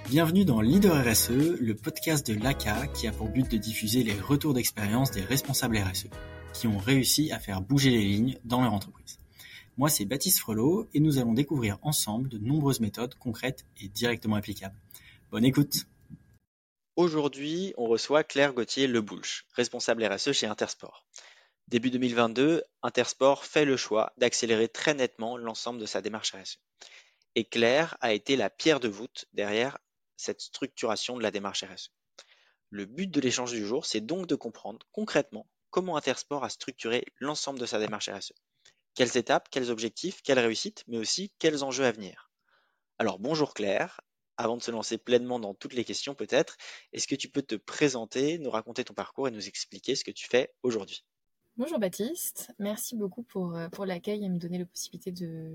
Bienvenue dans Leader RSE, le podcast de l'ACA qui a pour but de diffuser les retours d'expérience des responsables RSE qui ont réussi à faire bouger les lignes dans leur entreprise. Moi, c'est Baptiste Frelot et nous allons découvrir ensemble de nombreuses méthodes concrètes et directement applicables. Bonne écoute! Aujourd'hui, on reçoit Claire Gauthier-Leboulch, responsable RSE chez Intersport. Début 2022, Intersport fait le choix d'accélérer très nettement l'ensemble de sa démarche RSE. Et Claire a été la pierre de voûte derrière cette structuration de la démarche RSE. Le but de l'échange du jour, c'est donc de comprendre concrètement comment Intersport a structuré l'ensemble de sa démarche RSE. Quelles étapes, quels objectifs, quelles réussites, mais aussi quels enjeux à venir. Alors bonjour Claire, avant de se lancer pleinement dans toutes les questions peut-être, est-ce que tu peux te présenter, nous raconter ton parcours et nous expliquer ce que tu fais aujourd'hui? Bonjour Baptiste, merci beaucoup pour l'accueil et me donner la possibilité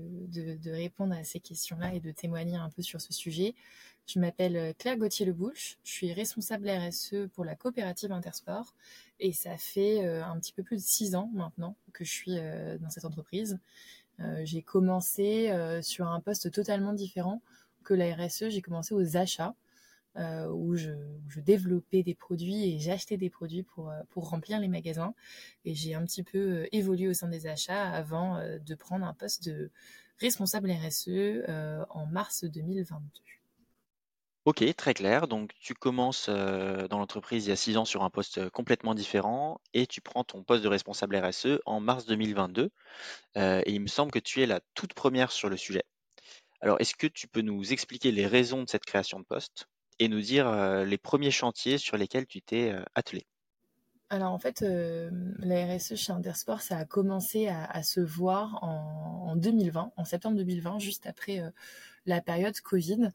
de répondre à ces questions-là et de témoigner un peu sur ce sujet. Je m'appelle Claire Gauthier-Leboulch, je suis responsable RSE pour la coopérative Intersport et ça fait un petit peu plus de 6 ans maintenant que je suis dans cette entreprise. J'ai commencé sur un poste totalement différent que la RSE, j'ai commencé aux achats. Où je développais des produits et j'achetais des produits pour remplir les magasins. Et j'ai un petit peu évolué au sein des achats avant de prendre un poste de responsable RSE en mars 2022. Ok, très clair. Donc tu commences dans l'entreprise il y a 6 ans sur un poste complètement différent et tu prends ton poste de responsable RSE en mars 2022. Et il me semble que tu es la toute première sur le sujet. Alors est-ce que tu peux nous expliquer les raisons de cette création de poste et nous dire les premiers chantiers sur lesquels tu t'es attelé? Alors en fait, la RSE chez Intersport, ça a commencé à se voir en 2020, en septembre 2020, juste après la période Covid.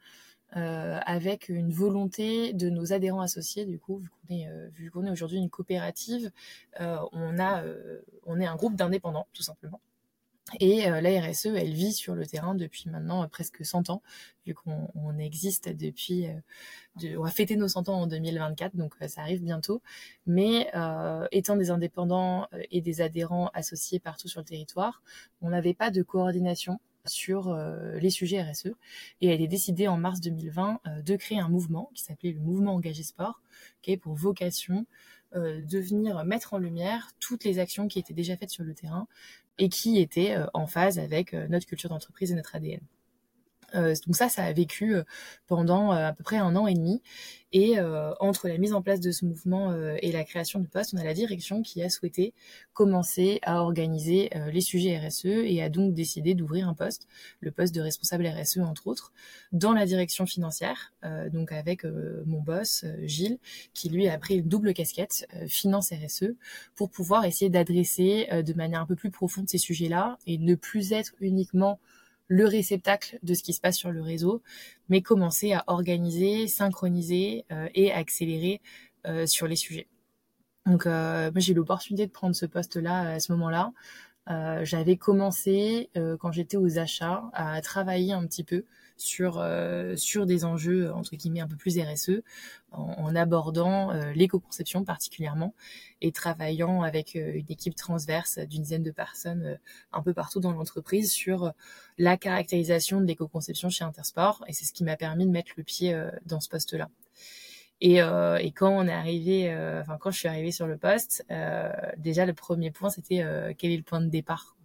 Avec une volonté de nos adhérents associés, du coup, vu qu'on est aujourd'hui une coopérative, on est un groupe d'indépendants, tout simplement. Et la RSE, elle vit sur le terrain depuis maintenant presque 100 ans, vu qu'on existe depuis... on va fêter nos 100 ans en 2024, donc ça arrive bientôt. Mais étant des indépendants et des adhérents associés partout sur le territoire, on n'avait pas de coordination sur les sujets RSE. Et elle est décidée en mars 2020 de créer un mouvement qui s'appelait le Mouvement Engagé Sport, qui est pour vocation de venir mettre en lumière toutes les actions qui étaient déjà faites sur le terrain et qui étaient en phase avec notre culture d'entreprise et notre ADN. Donc ça a vécu pendant à peu près 1 an et demi. Et entre la mise en place de ce mouvement et la création du poste, on a la direction qui a souhaité commencer à organiser les sujets RSE et a donc décidé d'ouvrir un poste, le poste de responsable RSE entre autres, dans la direction financière, donc avec mon boss Gilles, qui lui a pris une double casquette, finance RSE, pour pouvoir essayer d'adresser de manière un peu plus profonde ces sujets-là et ne plus être uniquement le réceptacle de ce qui se passe sur le réseau, mais commencer à organiser, synchroniser et accélérer sur les sujets. Donc moi j'ai eu l'opportunité de prendre ce poste-là à ce moment-là. J'avais commencé quand j'étais aux achats à travailler un petit peu sur des enjeux entre guillemets un peu plus RSE en abordant l'éco-conception particulièrement et travaillant avec une équipe transverse d'une dizaine de personnes un peu partout dans l'entreprise sur la caractérisation de l'éco-conception chez Intersport, et c'est ce qui m'a permis de mettre le pied dans ce poste-là. Et quand on est arrivé, quand je suis arrivée sur le poste, déjà le premier point c'était quel est le point de départ.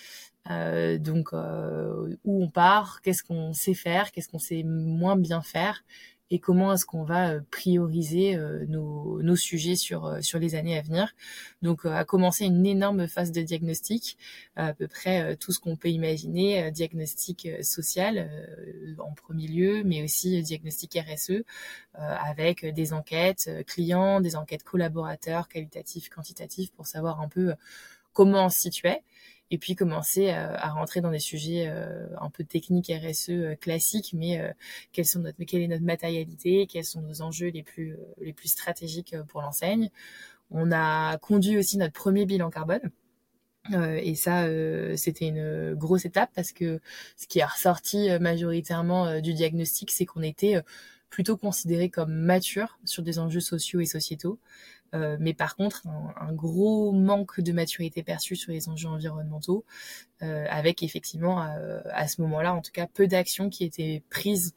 Donc où on part, qu'est-ce qu'on sait faire, qu'est-ce qu'on sait moins bien faire, et comment est-ce qu'on va prioriser nos sujets sur les années à venir. Donc a commencé une énorme phase de diagnostic, à peu près tout ce qu'on peut imaginer, diagnostic social en premier lieu, mais aussi diagnostic RSE, avec des enquêtes clients, des enquêtes collaborateurs, qualitatives, quantitatives, pour savoir un peu comment on se situait. Et puis commencer à rentrer dans des sujets un peu techniques RSE classiques, mais quelle est notre matérialité, quels sont nos enjeux les plus stratégiques pour l'enseigne. On a conduit aussi notre premier bilan carbone. Et ça, c'était une grosse étape parce que ce qui est ressorti majoritairement du diagnostic, c'est qu'on était plutôt considérés comme matures sur des enjeux sociaux et sociétaux. Mais par contre, un gros manque de maturité perçue sur les enjeux environnementaux, avec effectivement à ce moment-là, en tout cas, peu d'actions qui étaient prises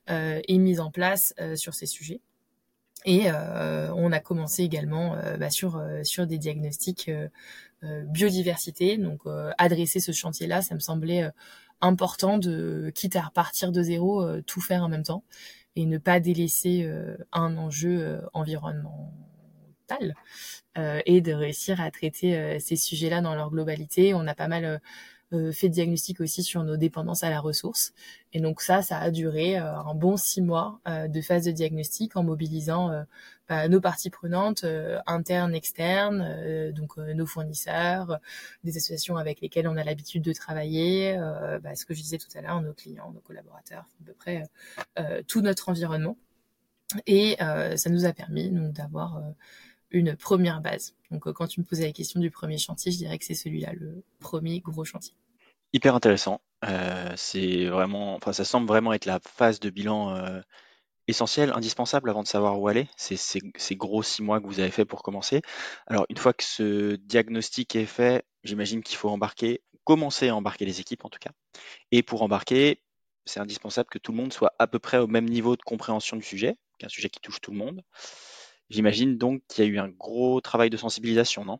est mise en place sur ces sujets. Et on a commencé également sur des diagnostics biodiversité. Donc adresser ce chantier-là, ça me semblait important de, quitte à repartir de zéro, tout faire en même temps et ne pas délaisser un enjeu environnemental et de réussir à traiter ces sujets-là dans leur globalité. On a pas mal fait de diagnostic aussi sur nos dépendances à la ressource. Et donc ça a duré un bon 6 mois de phase de diagnostic en mobilisant nos parties prenantes, internes, externes, donc nos fournisseurs, des associations avec lesquelles on a l'habitude de travailler, ce que je disais tout à l'heure, nos clients, nos collaborateurs, à peu près tout notre environnement. Et ça nous a permis donc d'avoir une première base. Donc quand tu me posais la question du premier chantier, je dirais que c'est celui-là, le premier gros chantier. Hyper intéressant. C'est vraiment, enfin, ça semble vraiment être la phase de bilan essentielle, indispensable avant de savoir où aller. C'est ces gros 6 mois que vous avez fait pour commencer. Alors, une fois que ce diagnostic est fait, j'imagine qu'il faut commencer à embarquer les équipes en tout cas. Et pour embarquer, c'est indispensable que tout le monde soit à peu près au même niveau de compréhension du sujet, qui est un sujet qui touche tout le monde. J'imagine donc qu'il y a eu un gros travail de sensibilisation, non?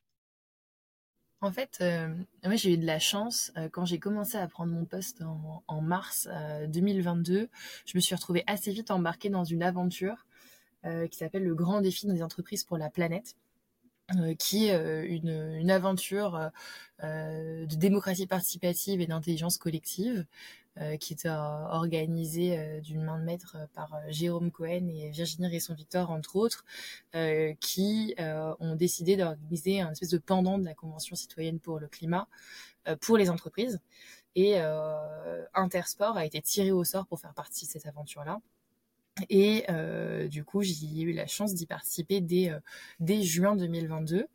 En fait, moi j'ai eu de la chance quand j'ai commencé à prendre mon poste en mars 2022. Je me suis retrouvée assez vite embarquée dans une aventure qui s'appelle le Grand Défi des entreprises pour la planète, qui est une aventure de démocratie participative et d'intelligence collective qui était organisée d'une main de maître par Jérôme Cohen et Virginie Resson-Victor, entre autres, qui ont décidé d'organiser un espèce de pendant de la Convention citoyenne pour le climat pour les entreprises. Et Intersport a été tiré au sort pour faire partie de cette aventure-là. Et du coup, j'ai eu la chance d'y participer dès juin 2022.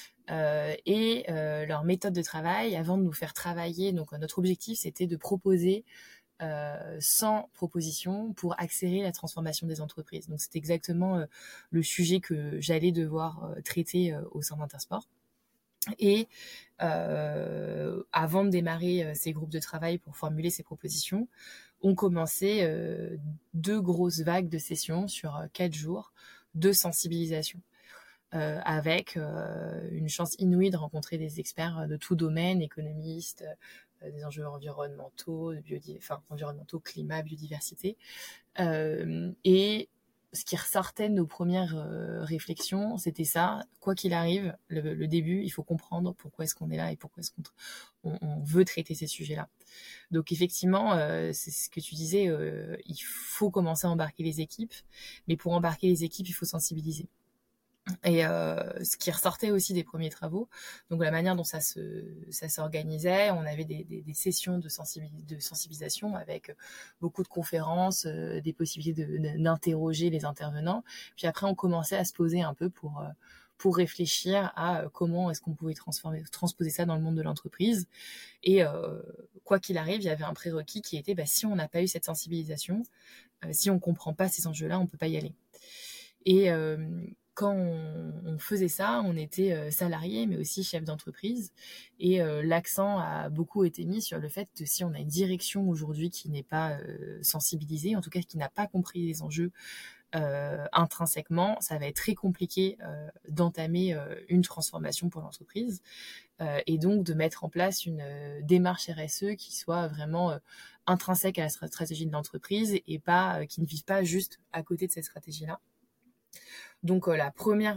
Leur méthode de travail, avant de nous faire travailler, donc notre objectif, c'était de proposer 100 propositions pour accélérer la transformation des entreprises. Donc, c'est exactement le sujet que j'allais devoir traiter au sein d'Intersport. Et avant de démarrer ces groupes de travail pour formuler ces propositions, on commençait 2 grosses vagues de sessions sur 4 jours de sensibilisation. Avec une chance inouïe de rencontrer des experts de tout domaine, économistes, des enjeux environnementaux, environnementaux, climat, biodiversité. Et ce qui ressortait de nos premières réflexions, c'était ça. Quoi qu'il arrive, le début, il faut comprendre pourquoi est-ce qu'on est là et pourquoi est-ce qu'on veut traiter ces sujets-là. Donc effectivement, c'est ce que tu disais, il faut commencer à embarquer les équipes, mais pour embarquer les équipes, il faut sensibiliser. Et ce qui ressortait aussi des premiers travaux, donc la manière dont ça s'organisait, on avait des sessions de sensibilisation avec beaucoup de conférences, des possibilités d'interroger les intervenants. Puis après, on commençait à se poser un peu pour réfléchir à comment est-ce qu'on pouvait transposer ça dans le monde de l'entreprise. Et quoi qu'il arrive, il y avait un prérequis qui était si on n'a pas eu cette sensibilisation, si on comprend pas ces enjeux-là, on peut pas y aller. Et quand on faisait ça, on était salarié, mais aussi chef d'entreprise. Et l'accent a beaucoup été mis sur le fait que si on a une direction aujourd'hui qui n'est pas sensibilisée, en tout cas qui n'a pas compris les enjeux intrinsèquement, ça va être très compliqué d'entamer une transformation pour l'entreprise. Et donc de mettre en place une démarche RSE qui soit vraiment intrinsèque à la stratégie de l'entreprise et pas qui ne vive pas juste à côté de cette stratégie-là. Donc la premier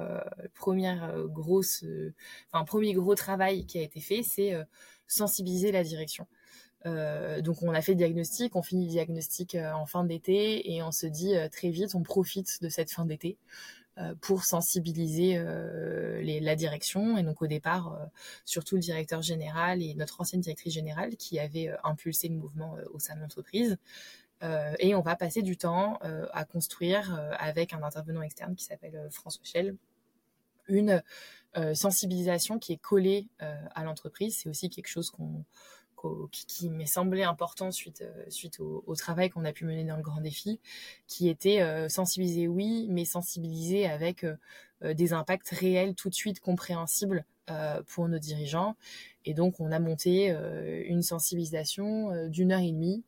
gros travail qui a été fait, c'est sensibiliser la direction. Donc on a fait le diagnostic, on finit le diagnostic en fin d'été et on se dit très vite, on profite de cette fin d'été pour sensibiliser la direction. Et donc au départ, surtout le directeur général et notre ancienne directrice générale qui avait impulsé le mouvement au sein de l'entreprise. Et on va passer du temps à construire avec un intervenant externe qui s'appelle François Schell une sensibilisation qui est collée à l'entreprise. C'est aussi quelque chose qui m'est semblé important suite au travail qu'on a pu mener dans le Grand Défi, qui était sensibiliser, oui, mais sensibiliser avec des impacts réels tout de suite compréhensibles pour nos dirigeants. Et donc, on a monté une sensibilisation d'1 heure et demie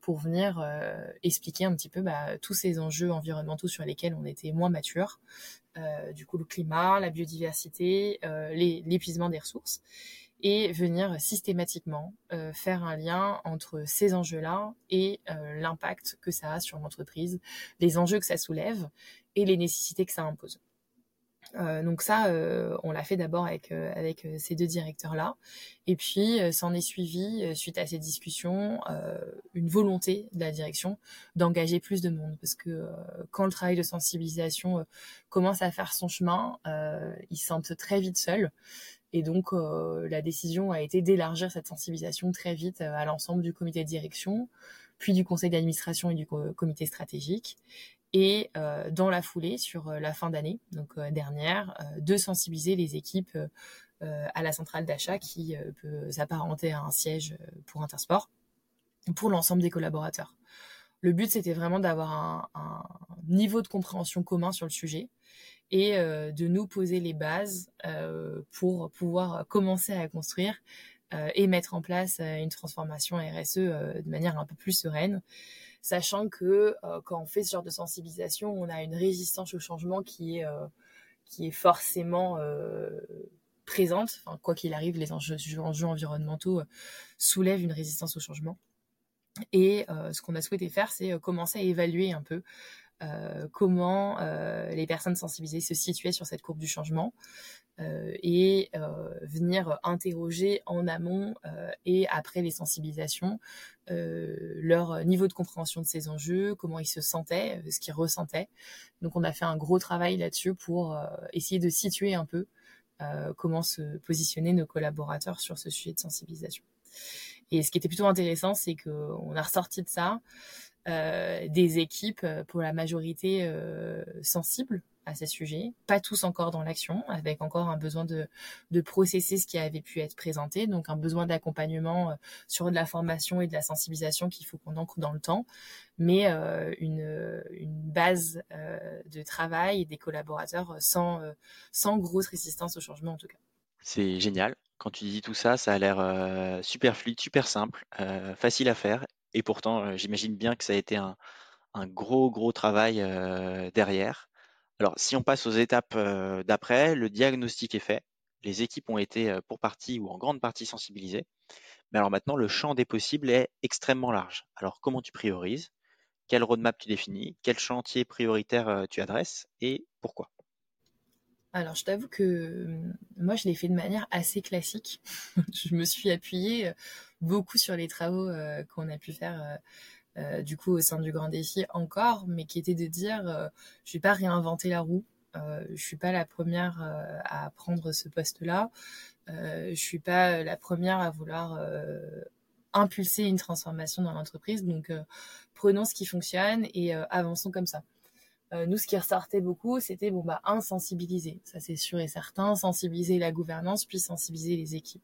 pour venir expliquer un petit peu tous ces enjeux environnementaux sur lesquels on était moins mature. Du coup, le climat, la biodiversité, l'épuisement des ressources, et venir systématiquement faire un lien entre ces enjeux-là et l'impact que ça a sur l'entreprise, les enjeux que ça soulève et les nécessités que ça impose. Donc ça, on l'a fait d'abord avec ces deux directeurs-là. Et puis, s'en est suivi, suite à ces discussions, une volonté de la direction d'engager plus de monde. Parce que quand le travail de sensibilisation commence à faire son chemin, ils se sentent très vite seuls. Et donc, la décision a été d'élargir cette sensibilisation très vite à l'ensemble du comité de direction, puis du conseil d'administration et du comité stratégique. Et dans la foulée, sur la fin d'année, donc dernière, de sensibiliser les équipes à la centrale d'achat qui peut s'apparenter à un siège pour Intersport, pour l'ensemble des collaborateurs. Le but, c'était vraiment d'avoir un niveau de compréhension commun sur le sujet et de nous poser les bases pour pouvoir commencer à construire et mettre en place une transformation RSE de manière un peu plus sereine, sachant que quand on fait ce genre de sensibilisation, on a une résistance au changement qui est forcément présente. Enfin, quoi qu'il arrive, les enjeux environnementaux soulèvent une résistance au changement. Et ce qu'on a souhaité faire, c'est commencer à évaluer un peu comment les personnes sensibilisées se situaient sur cette courbe du changement et venir interroger en amont et après les sensibilisations leur niveau de compréhension de ces enjeux, comment ils se sentaient, ce qu'ils ressentaient. Donc on a fait un gros travail là-dessus pour essayer de situer un peu comment se positionner nos collaborateurs sur ce sujet de sensibilisation. Et ce qui était plutôt intéressant, c'est qu'on a ressorti de ça des équipes, pour la majorité, sensibles à ces sujets, pas tous encore dans l'action, avec encore un besoin de processer ce qui avait pu être présenté, donc un besoin d'accompagnement sur de la formation et de la sensibilisation qu'il faut qu'on ancre dans le temps, mais une base de travail et des collaborateurs sans grosse résistance au changement en tout cas. C'est génial. Quand tu dis tout ça, ça a l'air super fluide, super simple, facile à faire. Et pourtant, j'imagine bien que ça a été un gros travail derrière. Alors, si on passe aux étapes d'après, le diagnostic est fait. Les équipes ont été pour partie ou en grande partie sensibilisées. Mais alors maintenant, le champ des possibles est extrêmement large. Alors, comment tu priorises? Quelle roadmap tu définis? Quel chantier prioritaire tu adresses? Et pourquoi? Alors, je t'avoue que moi, je l'ai fait de manière assez classique. Je me suis appuyée beaucoup sur les travaux qu'on a pu faire du coup au sein du Grand Défi encore, mais qui était de dire, je vais pas réinventer la roue. Je suis pas la première à prendre ce poste-là. Je suis pas la première à vouloir impulser une transformation dans l'entreprise. Donc, prenons ce qui fonctionne et avançons comme ça. Nous, ce qui ressortait beaucoup, c'était sensibiliser. Ça, c'est sûr et certain. Sensibiliser la gouvernance, puis sensibiliser les équipes.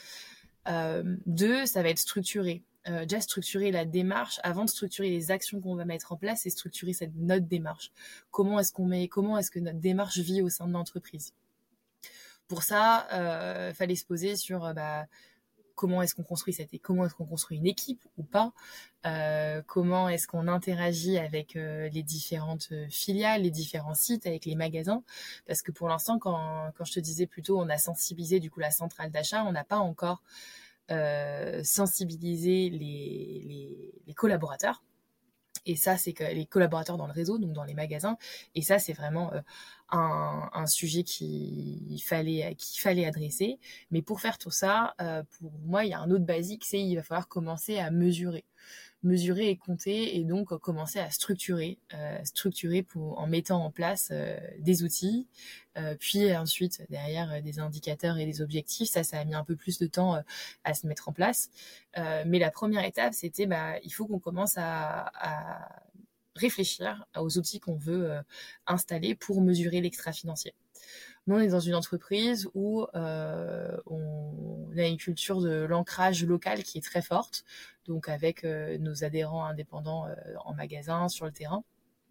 2, ça va être structuré. Déjà structurer la démarche avant de structurer les actions qu'on va mettre en place et structurer notre démarche. Comment est-ce que notre démarche vit au sein de l'entreprise? Pour ça, fallait se poser sur comment est-ce qu'on construit une équipe ou pas, comment est-ce qu'on interagit avec les différentes filiales, les différents sites, avec les magasins, parce que pour l'instant, quand je te disais plutôt, on a sensibilisé du coup la centrale d'achat, on n'a pas encore sensibilisé les collaborateurs. Et ça, c'est que les collaborateurs dans le réseau, donc dans les magasins. Et ça, c'est vraiment un sujet qu'il fallait adresser. Mais pour faire tout ça, pour moi, il y a un autre basique, c'est il va falloir commencer à mesurer et compter, et donc commencer à structurer en mettant en place des outils, puis ensuite derrière des indicateurs et des objectifs. Ça a mis un peu plus de temps à se mettre en place, mais la première étape, c'était il faut qu'on commence à réfléchir aux outils qu'on veut installer pour mesurer l'extra financier. Nous, on est dans une entreprise où on a une culture de l'ancrage local qui est très forte, donc avec nos adhérents indépendants en magasin, sur le terrain.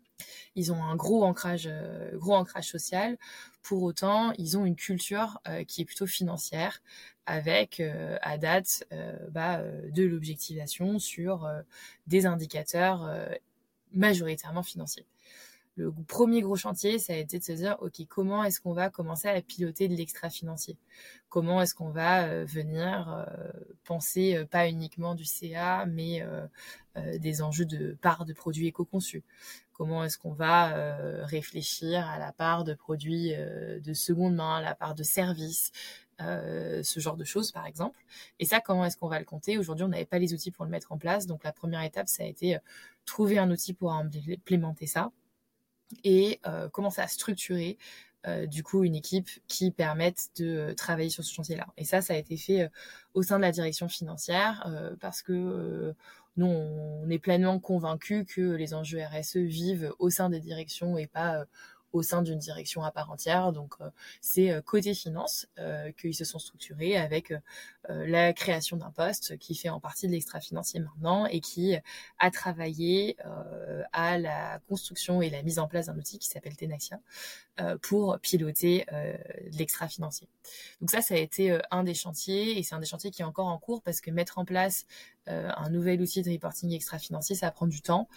Ils ont un gros ancrage social. Pour autant, ils ont une culture qui est plutôt financière, avec à date de l'objectivation sur des indicateurs majoritairement financiers. Le premier gros chantier, ça a été de se dire, OK, comment est-ce qu'on va commencer à piloter de l'extra-financier? Comment est-ce qu'on va venir penser pas uniquement du CA, mais des enjeux de part de produits éco-conçus? Comment est-ce qu'on va réfléchir à la part de produits de seconde main, la part de services, ce genre de choses, par exemple. Et ça, comment est-ce qu'on va le compter? Aujourd'hui, on n'avait pas les outils pour le mettre en place. Donc, la première étape, ça a été trouver un outil pour implémenter ça et commencer à structurer du coup une équipe qui permette de travailler sur ce chantier-là. Et ça a été fait au sein de la direction financière parce que nous, on est pleinement convaincus que les enjeux RSE vivent au sein des directions et pas au sein d'une direction à part entière. Donc, c'est côté finance qu'ils se sont structurés avec la création d'un poste qui fait en partie de l'extra-financier maintenant et qui a travaillé à la construction et la mise en place d'un outil qui s'appelle Tenaxia pour piloter de l'extra-financier. Donc ça a été un des chantiers, et c'est un des chantiers qui est encore en cours parce que mettre en place un nouvel outil de reporting extra-financier, ça prend du temps.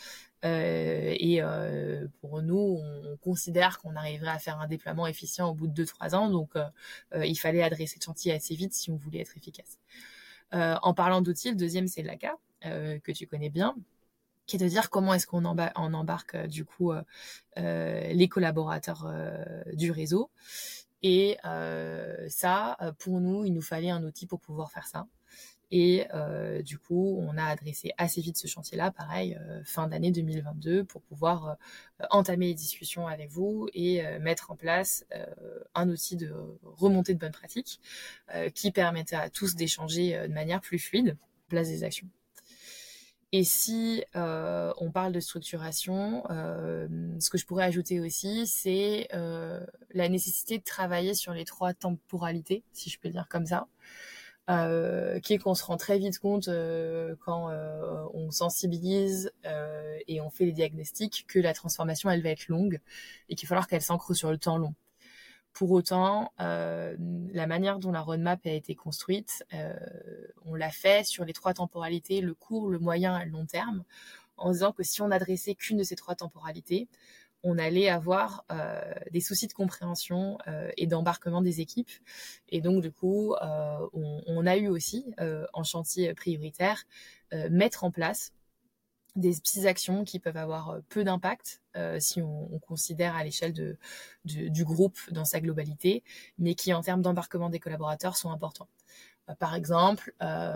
Pour nous, on considère qu'on arriverait à faire un déploiement efficient au bout de 2-3 ans. Donc, il fallait adresser le chantier assez vite si on voulait être efficace. En parlant d'outils, le deuxième, c'est l'ACA, que tu connais bien, qui est de dire comment est-ce qu'on embarque du coup les collaborateurs du réseau. Et ça, pour nous, il nous fallait un outil pour pouvoir faire ça. Et du coup, on a adressé assez vite ce chantier-là, pareil, fin d'année 2022, pour pouvoir entamer les discussions avec vous et mettre en place un outil de remontée de bonnes pratiques qui permettait à tous d'échanger de manière plus fluide, place des actions. Et si on parle de structuration, ce que je pourrais ajouter aussi, c'est la nécessité de travailler sur les 3 temporalités, si je peux le dire comme ça. Qui est qu'on se rend très vite compte quand on sensibilise et on fait les diagnostics que la transformation, elle va être longue et qu'il va falloir qu'elle s'ancre sur le temps long. Pour autant, la manière dont la roadmap a été construite, on l'a fait sur les 3 temporalités, le court, le moyen et le long terme, en disant que si on n'adressait qu'une de ces 3 temporalités, on allait avoir des soucis de compréhension et d'embarquement des équipes. Et donc, du coup, on a eu aussi, en chantier prioritaire, mettre en place des petites actions qui peuvent avoir peu d'impact si on considère à l'échelle du groupe dans sa globalité, mais qui, en termes d'embarquement des collaborateurs, sont importants. Par exemple,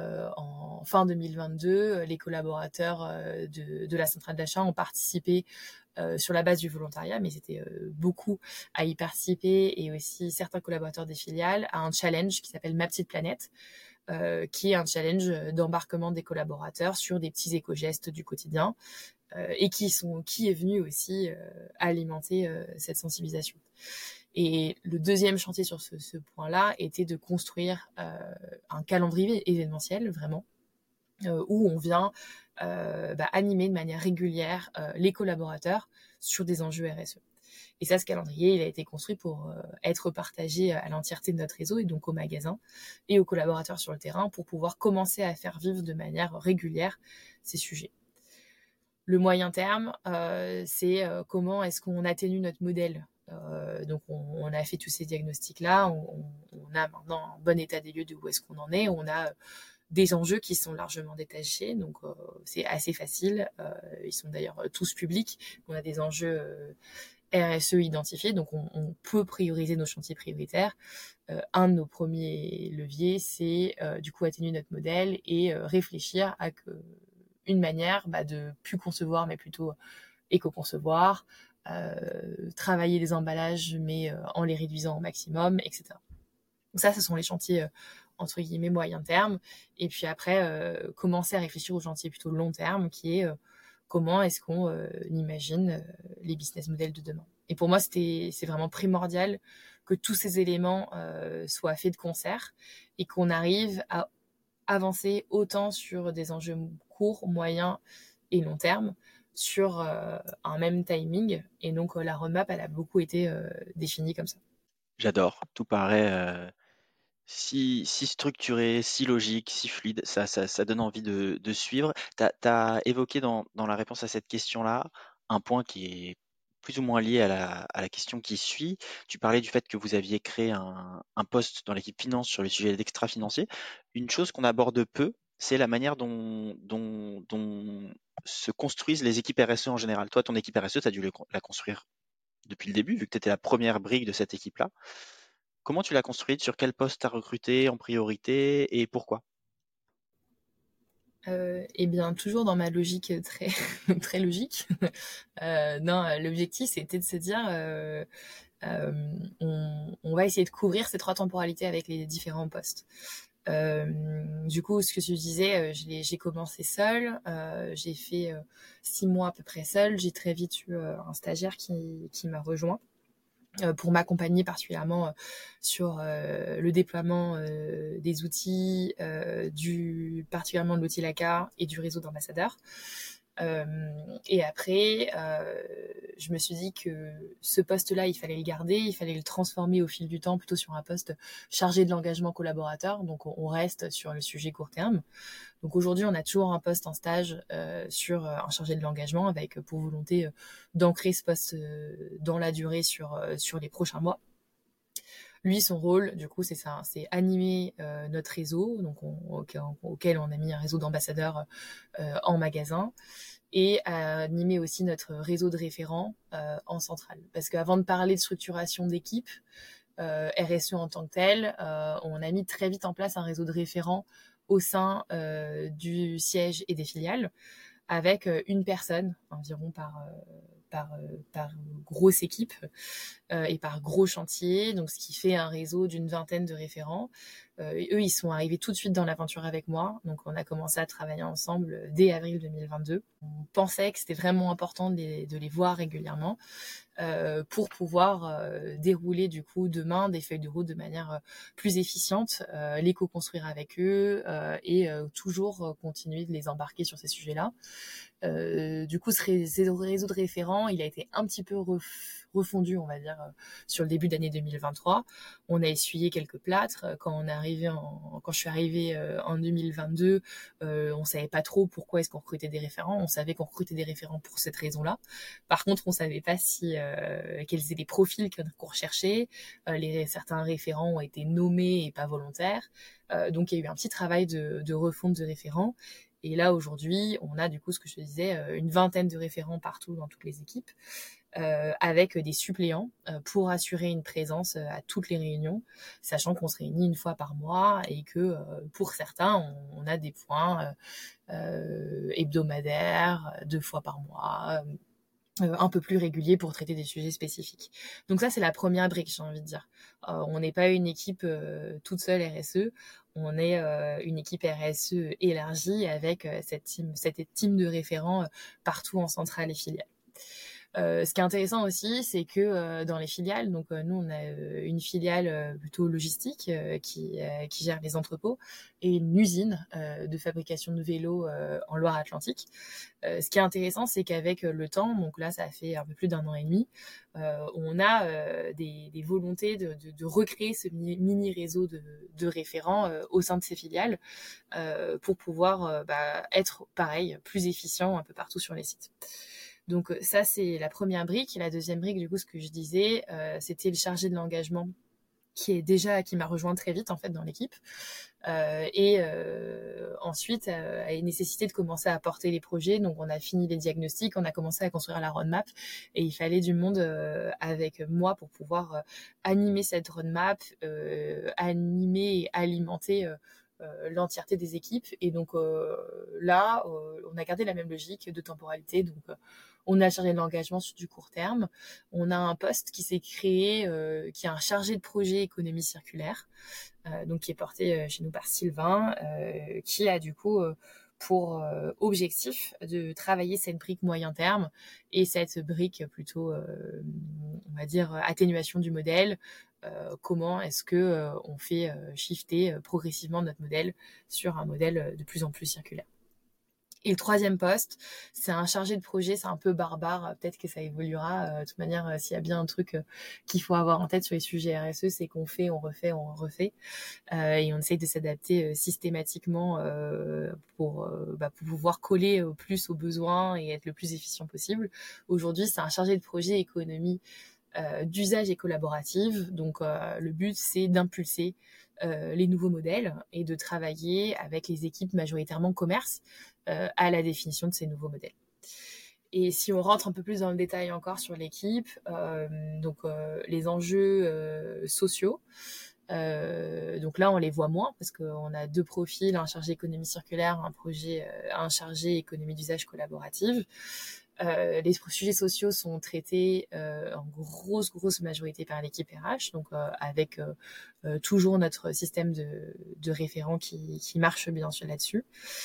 en fin 2022, les collaborateurs de la centrale d'achat ont participé sur la base du volontariat, mais c'était beaucoup à y participer, et aussi certains collaborateurs des filiales, à un challenge qui s'appelle Ma Petite Planète, qui est un challenge d'embarquement des collaborateurs sur des petits éco-gestes du quotidien, et qui est venu aussi alimenter cette sensibilisation. Et le deuxième chantier sur ce point-là était de construire un calendrier événementiel, vraiment, où on vient animer de manière régulière les collaborateurs sur des enjeux RSE. Et ça, ce calendrier, il a été construit pour être partagé à l'entièreté de notre réseau, et donc aux magasins et aux collaborateurs sur le terrain, pour pouvoir commencer à faire vivre de manière régulière ces sujets. Le moyen terme, c'est comment est-ce qu'on atténue notre modèle. Donc, on a fait tous ces diagnostics-là, on a maintenant un bon état des lieux de où est-ce qu'on en est, on a des enjeux qui sont largement détachés, donc c'est assez facile. Ils sont d'ailleurs tous publics. On a des enjeux RSE identifiés, donc on peut prioriser nos chantiers prioritaires. Un de nos premiers leviers, c'est du coup atténuer notre modèle et réfléchir à une manière de plus concevoir, mais plutôt éco-concevoir, travailler les emballages, mais en les réduisant au maximum, etc. Donc ça, ce sont les chantiers entre guillemets moyen terme. Et puis après, commencer à réfléchir aux chantiers plutôt long terme, qui est comment est-ce qu'on imagine les business models de demain. Et pour moi, c'est vraiment primordial que tous ces éléments soient faits de concert et qu'on arrive à avancer autant sur des enjeux courts, moyens et long terme, sur un même timing. Et donc, la roadmap, elle a beaucoup été définie comme ça. J'adore. Tout paraît si structuré, si logique, si fluide. Ça donne envie de suivre. Tu as évoqué dans la réponse à cette question-là un point qui est plus ou moins lié à la question qui suit. Tu parlais du fait que vous aviez créé un poste dans l'équipe finance sur les sujets d'extra-financiers. Une chose qu'on aborde peu, c'est la manière dont se construisent les équipes RSE en général. Toi, ton équipe RSE, tu as dû la construire depuis le début, vu que tu étais la première brique de cette équipe-là. Comment tu l'as construite? Sur quel poste tu as recruté en priorité et pourquoi? Eh bien, toujours dans ma logique très, très logique. Non, l'objectif, c'était de se dire, on va essayer de couvrir ces 3 temporalités avec les différents postes. Du coup, ce que tu disais, j'ai commencé seule, j'ai fait 6 mois à peu près seule. J'ai très vite eu un stagiaire qui m'a rejoint pour m'accompagner particulièrement sur le déploiement des outils, particulièrement de l'outil LACA et du réseau d'ambassadeurs. Et après, je me suis dit que ce poste-là, il fallait le garder, il fallait le transformer au fil du temps plutôt sur un poste chargé de l'engagement collaborateur. Donc, on reste sur le sujet court terme. Donc, aujourd'hui, on a toujours un poste en stage sur un chargé de l'engagement avec pour volonté d'ancrer ce poste dans la durée sur les prochains mois. Lui, son rôle, du coup, c'est ça, c'est animer notre réseau, donc auquel on a mis un réseau d'ambassadeurs en magasin, et animer aussi notre réseau de référents en centrale. Parce qu'avant de parler de structuration d'équipe, RSE en tant que tel, on a mis très vite en place un réseau de référents au sein du siège et des filiales, avec une personne environ par grosse équipe et par gros chantier, donc ce qui fait un réseau d'une vingtaine de référents. Et eux, ils sont arrivés tout de suite dans l'aventure avec moi, donc on a commencé à travailler ensemble dès avril 2022. On pensait que c'était vraiment important de les voir régulièrement pour pouvoir dérouler du coup demain des feuilles de route de manière plus efficiente, les co-construire avec eux et toujours continuer de les embarquer sur ces sujets-là. Du coup, ce réseau de référents, il a été un petit peu refondu, on va dire, sur le début d'année 2023. On a essuyé quelques plâtres. Quand je suis arrivée en 2022, on savait pas trop pourquoi est-ce qu'on recrutait des référents. On savait qu'on recrutait des référents pour cette raison-là. Par contre, on savait pas quels étaient les profils qu'on recherchait. Certains référents ont été nommés et pas volontaires. Donc, il y a eu un petit travail de refonte de référents. Et là, aujourd'hui, on a du coup, ce que je te disais, une vingtaine de référents partout dans toutes les équipes, avec des suppléants pour assurer une présence à toutes les réunions, sachant qu'on se réunit une fois par mois et que pour certains, on a des points hebdomadaires, 2 fois par mois, un peu plus réguliers pour traiter des sujets spécifiques. Donc ça, c'est la première brique, j'ai envie de dire. On n'est pas une équipe toute seule RSE, on est une équipe RSE élargie avec cette team de référents partout en centrale et filiale. Ce qui est intéressant aussi, c'est que dans les filiales, donc nous on a une filiale plutôt logistique qui gère les entrepôts et une usine de fabrication de vélos en Loire-Atlantique. Ce qui est intéressant, c'est qu'avec le temps, donc là ça fait un peu plus d'1 an et demi, on a des volontés de recréer ce mini réseau de référents au sein de ces filiales pour pouvoir être pareil, plus efficient un peu partout sur les sites. Donc ça, c'est la première brique. Et la deuxième brique, du coup, ce que je disais, c'était le chargé de l'engagement qui m'a rejoint très vite en fait dans l'équipe et ensuite a une nécessité de commencer à porter les projets. Donc on a fini les diagnostics, on a commencé à construire la roadmap et il fallait du monde avec moi pour pouvoir animer cette roadmap, animer et alimenter l'entièreté des équipes. Et donc là, on a gardé la même logique de temporalité. Donc on a chargé de l'engagement sur du court terme. On a un poste qui s'est créé, qui est un chargé de projet économie circulaire, donc qui est porté chez nous par Sylvain, qui a du coup pour objectif de travailler cette brique moyen terme et cette brique plutôt, on va dire, atténuation du modèle. Comment est-ce que on fait shifter progressivement notre modèle sur un modèle de plus en plus circulaire. Et le troisième poste, c'est un chargé de projet, c'est un peu barbare, peut-être que ça évoluera. De toute manière, s'il y a bien un truc qu'il faut avoir en tête sur les sujets RSE, c'est qu'on fait, on refait, on refait. Et on essaye de s'adapter systématiquement pour pouvoir coller plus aux besoins et être le plus efficient possible. Aujourd'hui, c'est un chargé de projet économie d'usage et collaborative. Donc, le but, c'est d'impulser les nouveaux modèles et de travailler avec les équipes majoritairement commerce à la définition de ces nouveaux modèles. Et si on rentre un peu plus dans le détail encore sur l'équipe, les enjeux sociaux, donc là, on les voit moins parce qu'on a deux profils, un chargé économie circulaire, un chargé économie d'usage collaborative. Les sujets sociaux sont traités en grosse majorité par l'équipe RH, donc avec toujours notre système de référents qui marche bien sûr là-dessus.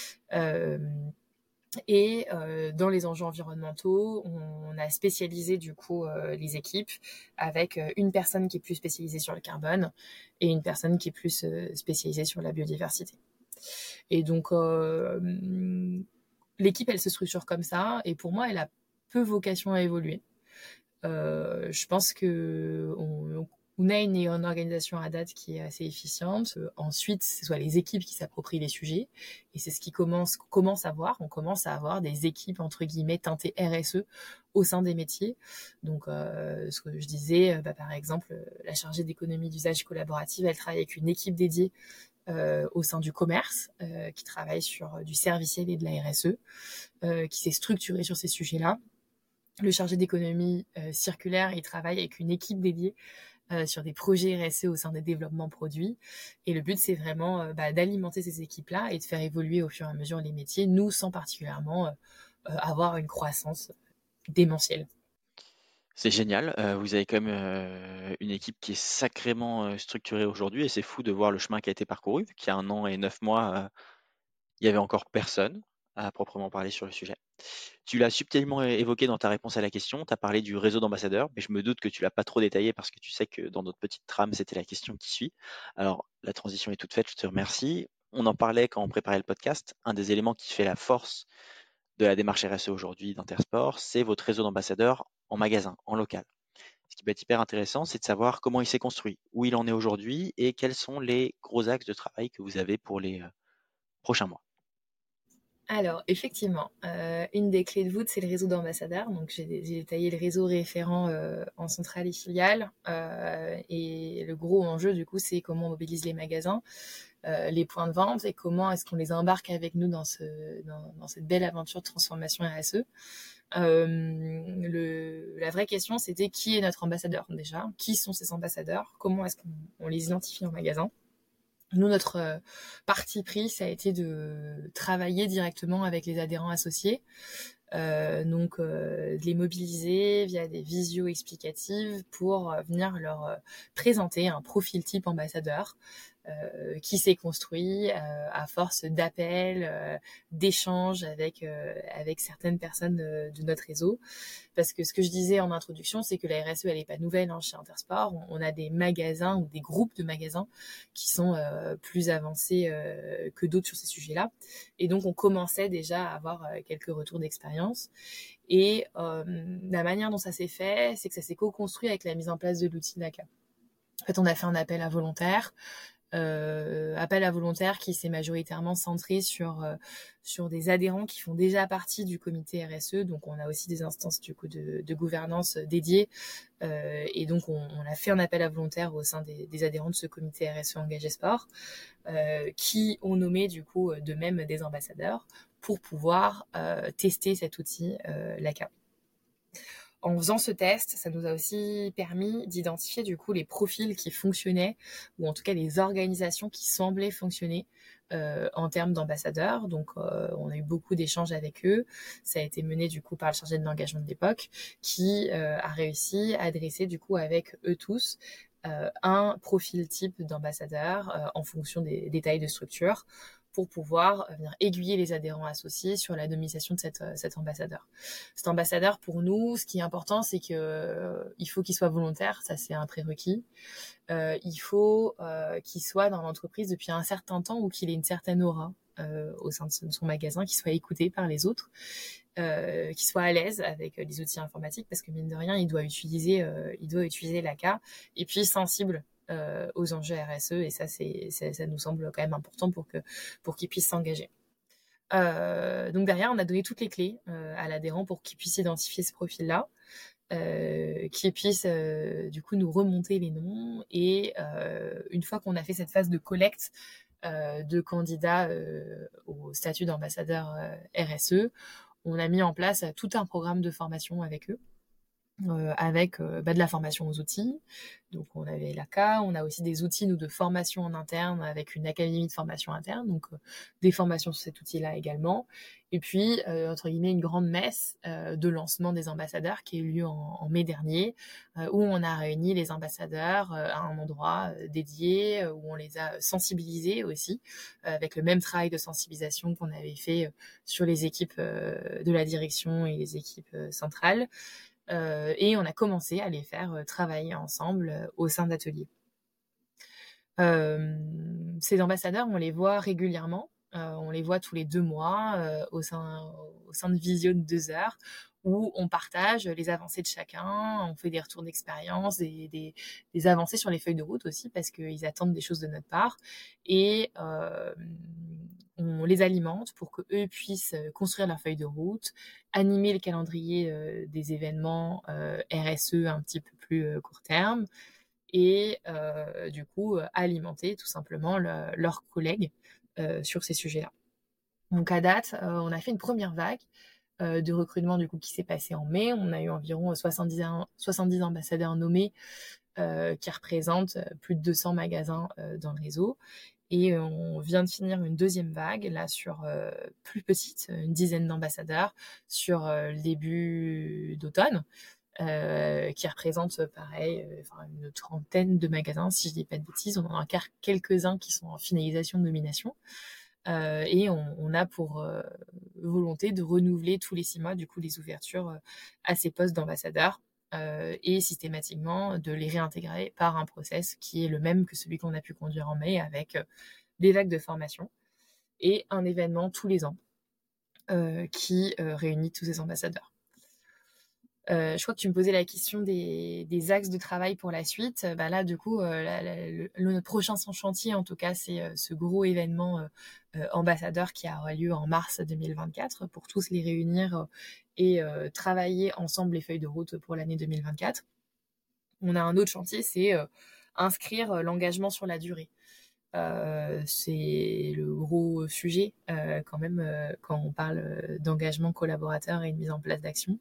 Et dans les enjeux environnementaux, on a spécialisé du coup les équipes avec une personne qui est plus spécialisée sur le carbone et une personne qui est plus spécialisée sur la biodiversité. Et donc l'équipe, elle se structure comme ça, et pour moi, elle a peu vocation à évoluer. Je pense que on a une organisation à date qui est assez efficiente. Ensuite, ce soit les équipes qui s'approprient les sujets, et c'est ce qui commence à voir. On commence à avoir des équipes entre guillemets teintées RSE au sein des métiers. Donc, ce que je disais, par exemple, la chargée d'économie d'usage collaborative, elle travaille avec une équipe dédiée au sein du commerce, qui travaille sur du serviciel et de la RSE, qui s'est structurée sur ces sujets-là. Le chargé d'économie circulaire, il travaille avec une équipe dédiée sur des projets RSE au sein des développements produits. Et le but, c'est vraiment d'alimenter ces équipes-là et de faire évoluer au fur et à mesure les métiers, nous, sans particulièrement avoir une croissance démentielle. C'est génial. Vous avez quand même une équipe qui est sacrément structurée aujourd'hui et c'est fou de voir le chemin qui a été parcouru, vu qu'il y a 1 an et 9 mois, il y avait encore personne à proprement parler sur le sujet. Tu l'as subtilement évoqué dans ta réponse à la question, tu as parlé du réseau d'ambassadeurs, mais je me doute que tu l'as pas trop détaillé parce que tu sais que dans notre petite trame, c'était la question qui suit. Alors, la transition est toute faite, je te remercie. On en parlait quand on préparait le podcast. Un des éléments qui fait la force de la démarche RSE aujourd'hui d'Intersport, c'est votre réseau d'ambassadeurs en magasin, en local. Ce qui peut être hyper intéressant, c'est de savoir comment il s'est construit, où il en est aujourd'hui et quels sont les gros axes de travail que vous avez pour les prochains mois. Alors, effectivement, une des clés de voûte, c'est le réseau d'ambassadeurs. Donc, j'ai détaillé le réseau référent en centrale et filiale. Et le gros enjeu, du coup, c'est comment on mobilise les magasins, les points de vente, et comment est-ce qu'on les embarque avec nous dans cette belle aventure de transformation RSE. La vraie question, c'était qui est notre ambassadeur déjà? Qui sont ces ambassadeurs? Comment est-ce qu'on les identifie en magasin? Nous, notre parti pris, ça a été de travailler directement avec les adhérents associés, de les mobiliser via des visios explicatives pour venir leur présenter un profil type ambassadeur qui s'est construit à force d'appels, d'échanges avec certaines personnes de notre réseau. Parce que ce que je disais en introduction, c'est que la RSE, elle n'est pas nouvelle chez Intersport. On a des magasins ou des groupes de magasins qui sont plus avancés que d'autres sur ces sujets-là. Et donc, on commençait déjà à avoir quelques retours d'expérience. Et la manière dont ça s'est fait, c'est que ça s'est co-construit avec la mise en place de l'outil LACA. En fait, on a fait un appel à volontaires. Appel à volontaires qui s'est majoritairement centré sur des adhérents qui font déjà partie du comité RSE. Donc, on a aussi des instances du coup de gouvernance dédiées. Et donc, on a fait un appel à volontaires au sein des adhérents de ce comité RSE Engagé Sport, qui ont nommé du coup de même des ambassadeurs pour pouvoir tester cet outil LACA. En faisant ce test, ça nous a aussi permis d'identifier du coup les profils qui fonctionnaient, ou en tout cas les organisations qui semblaient fonctionner en termes d'ambassadeurs. Donc, on a eu beaucoup d'échanges avec eux. Ça a été mené du coup par le chargé de l'engagement de l'époque, qui a réussi à dresser du coup avec eux tous un profil type d'ambassadeur en fonction des tailles de structure, pour pouvoir venir aiguiller les adhérents associés sur la nomination de cet ambassadeur. Cet ambassadeur, pour nous, ce qui est important, c'est qu'il faut qu'il soit volontaire, ça c'est un prérequis. Il faut qu'il soit dans l'entreprise depuis un certain temps ou qu'il ait une certaine aura. au sein de son magasin, qui soit écouté par les autres, qui soit à l'aise avec les outils informatiques, parce que mine de rien, il doit utiliser l'ACA, et puis sensible aux enjeux RSE, et ça nous semble quand même important pour qu'il puisse s'engager. Donc derrière, on a donné toutes les clés à l'adhérent pour qu'il puisse identifier ce profil-là, qu'il puisse du coup nous remonter les noms, et une fois qu'on a fait cette phase de collecte de candidats au statut d'ambassadeur RSE, on a mis en place tout un programme de formation avec eux, avec de la formation aux outils. Donc on avait l'ACA, on a aussi des outils de formation en interne avec une académie de formation interne, donc des formations sur cet outil-là également. Et puis entre guillemets une grande messe de lancement des ambassadeurs qui a eu lieu en mai dernier, où on a réuni les ambassadeurs à un endroit dédié, où on les a sensibilisés aussi, avec le même travail de sensibilisation qu'on avait fait sur les équipes de la direction et les équipes centrales. Et on a commencé à les faire travailler ensemble au sein d'ateliers. Ces ambassadeurs, on les voit régulièrement. On les voit tous les 2 mois au sein de visio de 2 heures, où on partage les avancées de chacun, on fait des retours d'expérience, des avancées sur les feuilles de route aussi, parce qu'ils attendent des choses de notre part. Et on les alimente pour qu'eux puissent construire leur feuille de route, animer le calendrier des événements RSE un petit peu plus court terme, et du coup alimenter tout simplement leurs collègues sur ces sujets-là. Donc à date, on a fait une première vague de recrutement du coup qui s'est passée en mai. On a eu environ 70 ambassadeurs nommés qui représentent plus de 200 magasins dans le réseau. Et on vient de finir une deuxième vague, là, sur plus petite, une dizaine d'ambassadeurs, sur le début d'automne, qui représente, pareil, une trentaine de magasins, si je dis pas de bêtises. On en a encore quelques-uns qui sont en finalisation de nomination. Et on a pour volonté de renouveler tous les 6 mois, du coup, les ouvertures à ces postes d'ambassadeurs. Et systématiquement de les réintégrer par un process qui est le même que celui qu'on a pu conduire en mai, avec des vagues de formation et un événement tous les ans qui réunit tous ces ambassadeurs. Je crois que tu me posais la question des axes de travail pour la suite. Là, du coup, notre prochain chantier, en tout cas, c'est ce gros événement ambassadeur qui aura lieu en mars 2024, pour tous les réunir et travailler ensemble les feuilles de route pour l'année 2024. On a un autre chantier, c'est inscrire l'engagement sur la durée. C'est le gros sujet quand même quand on parle d'engagement collaborateur et de mise en place d'action.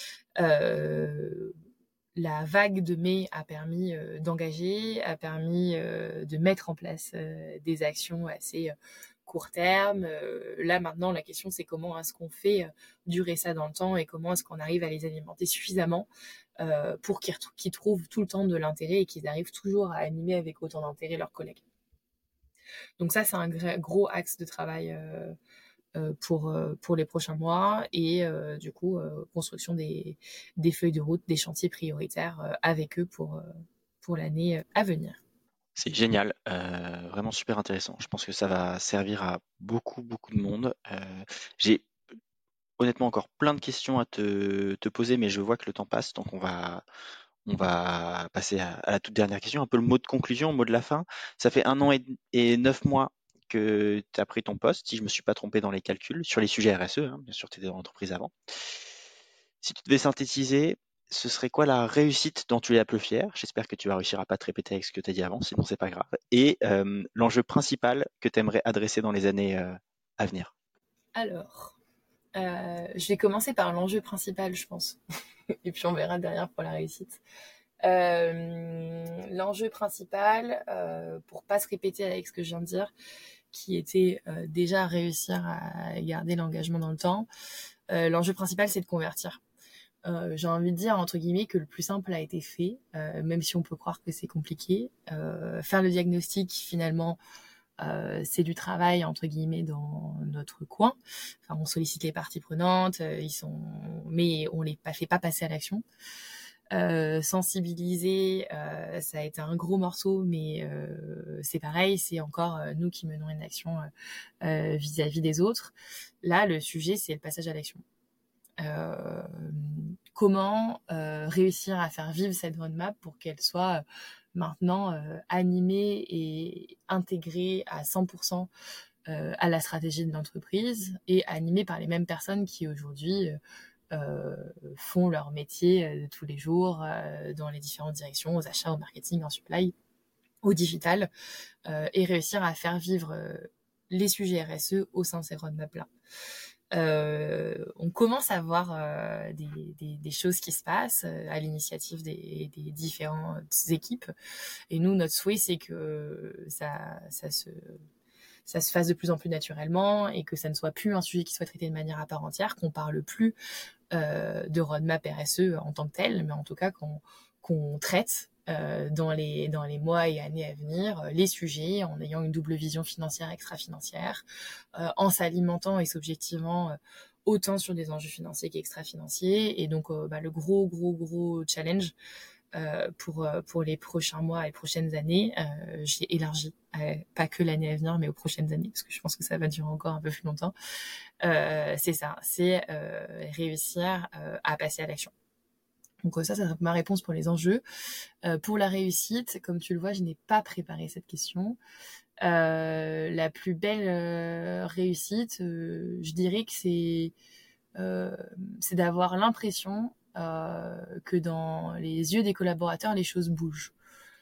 La vague de mai a permis d'engager, a permis de mettre en place des actions assez court terme. Là maintenant, la question c'est comment est-ce qu'on fait durer ça dans le temps, et comment est-ce qu'on arrive à les alimenter suffisamment pour qu'ils trouvent tout le temps de l'intérêt et qu'ils arrivent toujours à animer avec autant d'intérêt leurs collègues. Donc ça, c'est un gros axe de travail pour les prochains mois, et du coup construction des feuilles de route, des chantiers prioritaires avec eux pour l'année à venir. C'est génial, vraiment super intéressant. Je pense que ça va servir à beaucoup, beaucoup de monde. J'ai honnêtement encore plein de questions à te poser, mais je vois que le temps passe, donc on va passer à la toute dernière question, un peu le mot de conclusion, le mot de la fin. Ça fait 1 an et 9 mois que tu as pris ton poste, si je me suis pas trompé dans les calculs, sur les sujets RSE, hein, bien sûr, tu étais dans l'entreprise avant. Si tu devais synthétiser, ce serait quoi la réussite dont tu es la plus fière? J'espère que tu vas réussir à pas te répéter avec ce que tu as dit avant, sinon c'est pas grave. Et l'enjeu principal que tu aimerais adresser dans les années à venir? Alors, je vais commencer par l'enjeu principal, je pense. Et puis on verra derrière pour la réussite. L'enjeu principal, pour pas se répéter avec ce que je viens de dire, qui était déjà réussir à garder l'engagement dans le temps, l'enjeu principal, c'est de convertir. J'ai envie de dire, entre guillemets, que le plus simple a été fait, même si on peut croire que c'est compliqué. Faire le diagnostic, finalement, c'est du travail, entre guillemets, dans notre coin. On sollicite les parties prenantes, mais on les fait pas passer à l'action. sensibiliser, ça a été un gros morceau, mais c'est pareil, c'est encore nous qui menons une action vis-à-vis des autres. Là, le sujet, c'est le passage à l'action. Comment réussir à faire vivre cette roadmap pour qu'elle soit maintenant animée et intégrée à 100% à la stratégie de l'entreprise et animée par les mêmes personnes qui aujourd'hui font leur métier de tous les jours dans les différentes directions, aux achats, au marketing, en supply, au digital, et réussir à faire vivre les sujets RSE au sein de ces roadmaps-là. On commence à voir des choses qui se passent à l'initiative des différentes équipes. Et nous, notre souhait, c'est que ça se fasse de plus en plus naturellement et que ça ne soit plus un sujet qui soit traité de manière à part entière, qu'on parle plus de roadmap RSE en tant que tel, mais en tout cas qu'on traite dans les mois et années à venir les sujets en ayant une double vision financière et extra-financière, en s'alimentant et s'objectivant autant sur des enjeux financiers qu'extra-financiers. Et donc le gros challenge pour les prochains mois et prochaines années, j'ai élargi, pas que l'année à venir, mais aux prochaines années, parce que je pense que ça va durer encore un peu plus longtemps. C'est ça, c'est réussir à passer à l'action. Donc ça serait ma réponse pour les enjeux. Pour la réussite, comme tu le vois, je n'ai pas préparé cette question. La plus belle réussite, je dirais que c'est d'avoir l'impression que dans les yeux des collaborateurs, les choses bougent.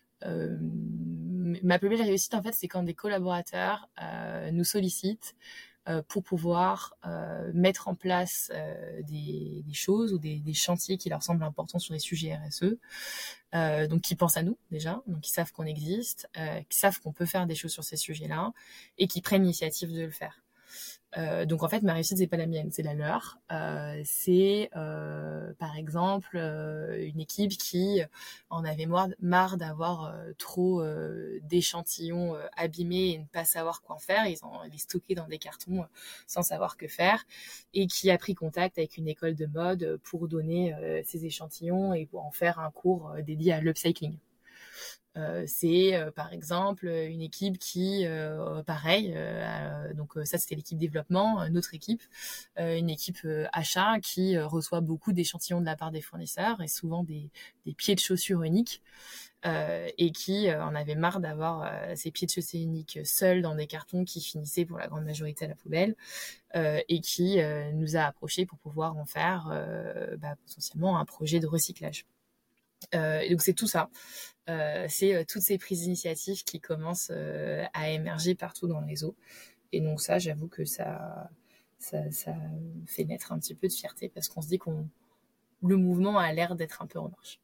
Ma plus belle réussite, en fait, c'est quand des collaborateurs nous sollicitent pour pouvoir mettre en place des choses ou des chantiers qui leur semblent importants sur les sujets RSE. Donc qui pensent à nous déjà, donc qui savent qu'on existe, qui savent qu'on peut faire des choses sur ces sujets-là et qui prennent l'initiative de le faire. Donc en fait, ma réussite, c'est pas la mienne, c'est la leur. C'est par exemple une équipe qui en avait marre d'avoir trop d'échantillons abîmés et ne pas savoir quoi en faire. Ils les stockaient dans des cartons sans savoir que faire, et qui a pris contact avec une école de mode pour donner ces échantillons et pour en faire un cours dédié à l'upcycling. C'est par exemple une équipe qui pareil, donc ça c'était l'équipe développement, notre équipe, une équipe achat qui reçoit beaucoup d'échantillons de la part des fournisseurs et souvent des pieds de chaussures uniques, et qui en avait marre d'avoir ces pieds de chaussures uniques seuls dans des cartons qui finissaient pour la grande majorité à la poubelle, et qui nous a approchés pour pouvoir en faire potentiellement un projet de recyclage. Et donc c'est tout ça, c'est toutes ces prises d'initiative qui commencent à émerger partout dans le réseau. Et donc ça, j'avoue que ça fait naître un petit peu de fierté parce qu'on se dit le mouvement a l'air d'être un peu en marche.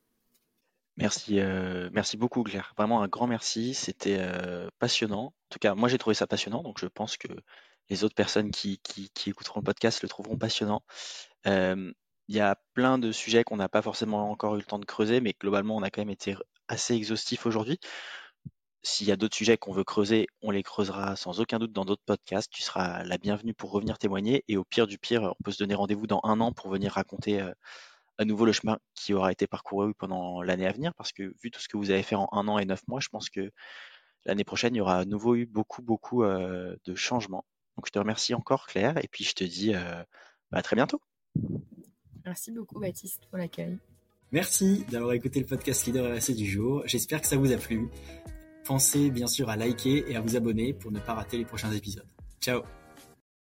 Merci beaucoup Claire, vraiment un grand merci, c'était passionnant. En tout cas, moi j'ai trouvé ça passionnant, donc je pense que les autres personnes qui écouteront le podcast le trouveront passionnant. Il y a plein de sujets qu'on n'a pas forcément encore eu le temps de creuser, mais globalement, on a quand même été assez exhaustif aujourd'hui. S'il y a d'autres sujets qu'on veut creuser, on les creusera sans aucun doute dans d'autres podcasts. Tu seras la bienvenue pour revenir témoigner. Et au pire du pire, on peut se donner rendez-vous dans 1 an pour venir raconter à nouveau le chemin qui aura été parcouru pendant l'année à venir. Parce que vu tout ce que vous avez fait en 1 an et 9 mois, je pense que l'année prochaine, il y aura à nouveau eu beaucoup de changements. Donc je te remercie encore Claire, et puis je te dis à très bientôt. Merci beaucoup Baptiste pour l'accueil. Merci d'avoir écouté le podcast Leader RSE du jour. J'espère que ça vous a plu. Pensez bien sûr à liker et à vous abonner pour ne pas rater les prochains épisodes. Ciao!